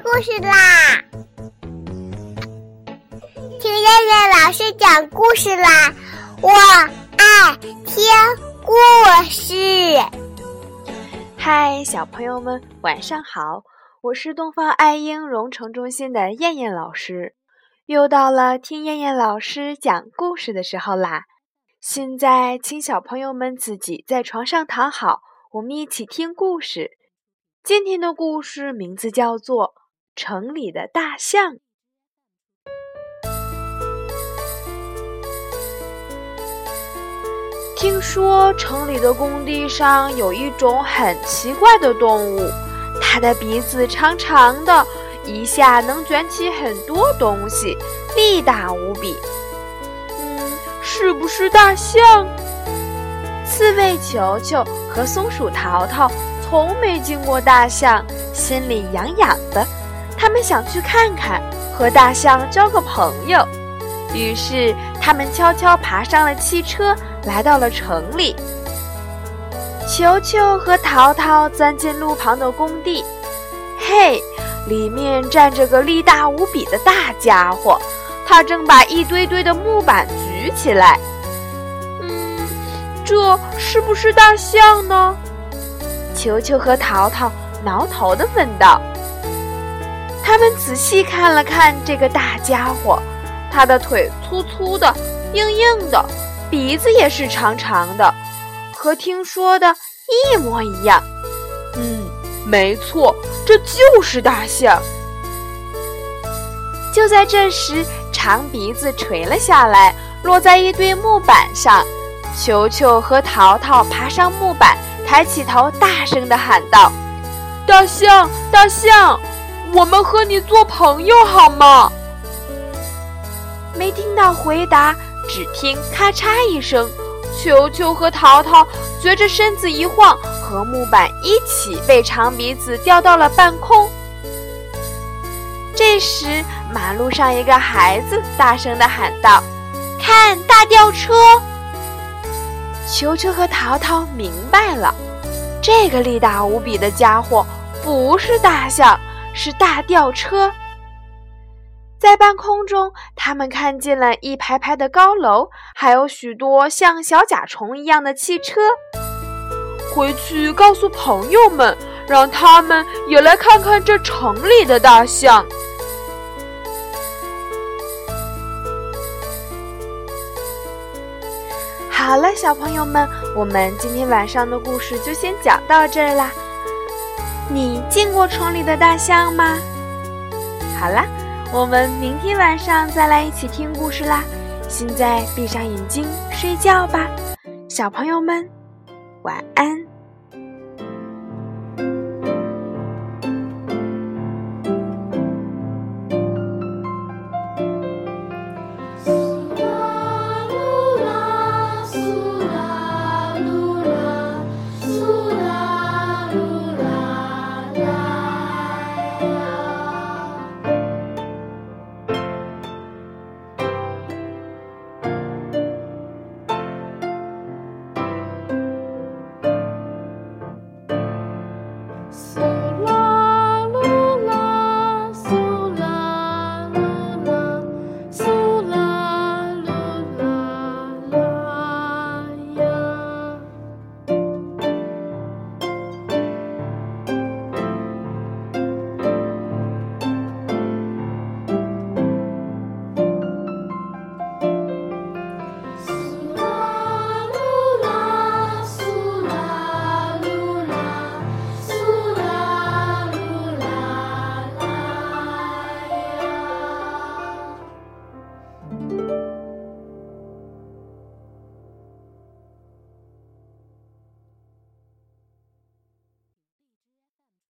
故事啦！听燕燕老师讲故事啦！我爱听故事。 嗨，小朋友们，晚上好！我是东方爱婴蓉城中心的燕燕老师，又到了听燕燕老师讲故事的时候啦。现在，请小朋友们自己在床上躺好，我们一起听故事。今天的故事名字叫做《城里的大象》。听说城里的工地上有一种很奇怪的动物，它的鼻子长长的，一下能卷起很多东西，力大无比。是不是大象？刺猬球球和松鼠淘淘从没见过大象，心里痒痒的。他们想去看看，和大象交个朋友。于是他们悄悄爬上了汽车，来到了城里。球球和淘淘钻进路旁的工地，嘿，里面站着个力大无比的大家伙，他正把一堆堆的木板举起来。这是不是大象呢？球球和淘淘挠头地问道。他们仔细看了看这个大家伙，他的腿粗粗的，硬硬的，鼻子也是长长的，和听说的一模一样。没错，这就是大象。就在这时，长鼻子垂了下来，落在一堆木板上。球球和淘淘爬上木板，抬起头，大声地喊道：大象，大象，我们和你做朋友好吗？没听到回答，只听咔嚓一声，球球和淘淘觉着身子一晃，和木板一起被长鼻子掉到了半空。这时，马路上一个孩子大声地喊道：看，大吊车！球球和淘淘明白了，这个力大无比的家伙不是大象，是大吊车。在半空中，他们看见了一排排的高楼，还有许多像小甲虫一样的汽车。回去告诉朋友们，让他们也来看看这城里的大象。好了，小朋友们，我们今天晚上的故事就先讲到这儿啦。你见过城里的大象吗？好啦，我们明天晚上再来一起听故事啦。现在闭上眼睛睡觉吧，小朋友们，晚安。